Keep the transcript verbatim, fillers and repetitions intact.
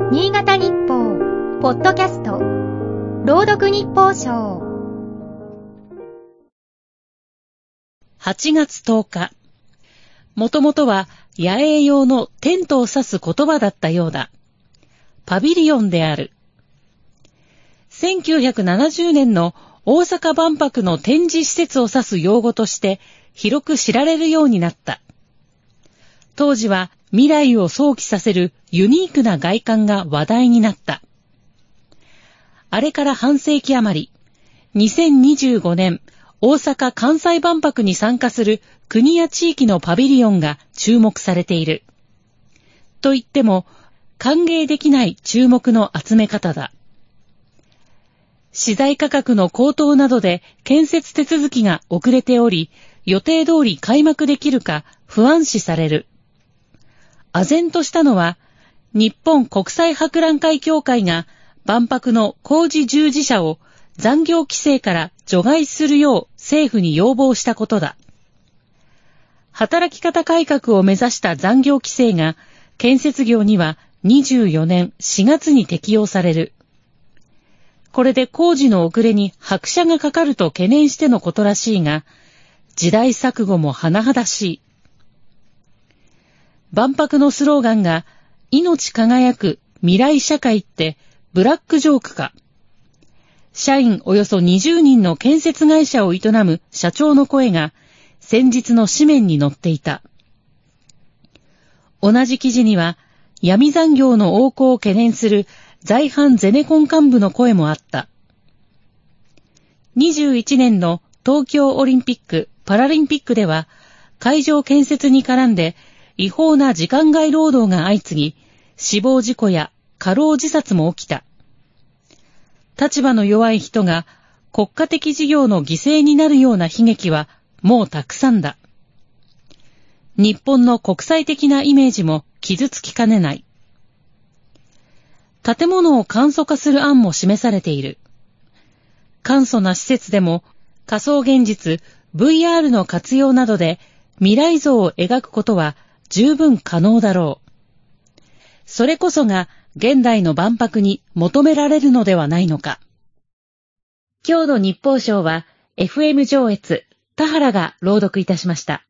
新潟日報ポッドキャスト朗読日報賞はちがつとおか、もともとは野営用のテントを指す言葉だったようだ。パビリオンである。せんきゅうひゃくななじゅうねんの大阪万博の展示施設を指す用語として広く知られるようになった。当時は未来を想起させるユニークな外観が話題になった。あれから半世紀余り、にせんにじゅうごねん大阪・関西万博に参加する国や地域のパビリオンが注目されている。と言っても、歓迎できない注目の集め方だ。資材価格の高騰などで建設手続きが遅れており、予定通り開幕できるか不安視される。唖然としたのは、日本国際博覧会協会が万博の工事従事者を残業規制から除外するよう政府に要望したことだ。働き方改革を目指した残業規制が建設業にはにじゅうよねんしがつに適用される。これで工事の遅れに拍車がかかると懸念してのことらしいが、時代錯誤も甚だしい。万博のスローガンが命輝く未来社会ってブラックジョークか。社員およそにじゅうにんの建設会社を営む社長の声が先日の紙面に載っていた。同じ記事には闇残業の横行を懸念する在阪ゼネコン幹部の声もあった。にじゅういちねんの東京オリンピック・パラリンピックでは会場建設に絡んで違法な時間外労働が相次ぎ、死亡事故や過労自殺も起きた。立場の弱い人が国家的事業の犠牲になるような悲劇はもうたくさんだ。日本の国際的なイメージも傷つきかねない。建物を簡素化する案も示されている。簡素な施設でも仮想現実 ブイアール の活用などで未来像を描くことは十分可能だろう。それこそが現代の万博に求められるのではないのか。今日の日報賞は エフエム 上越田原が朗読いたしました。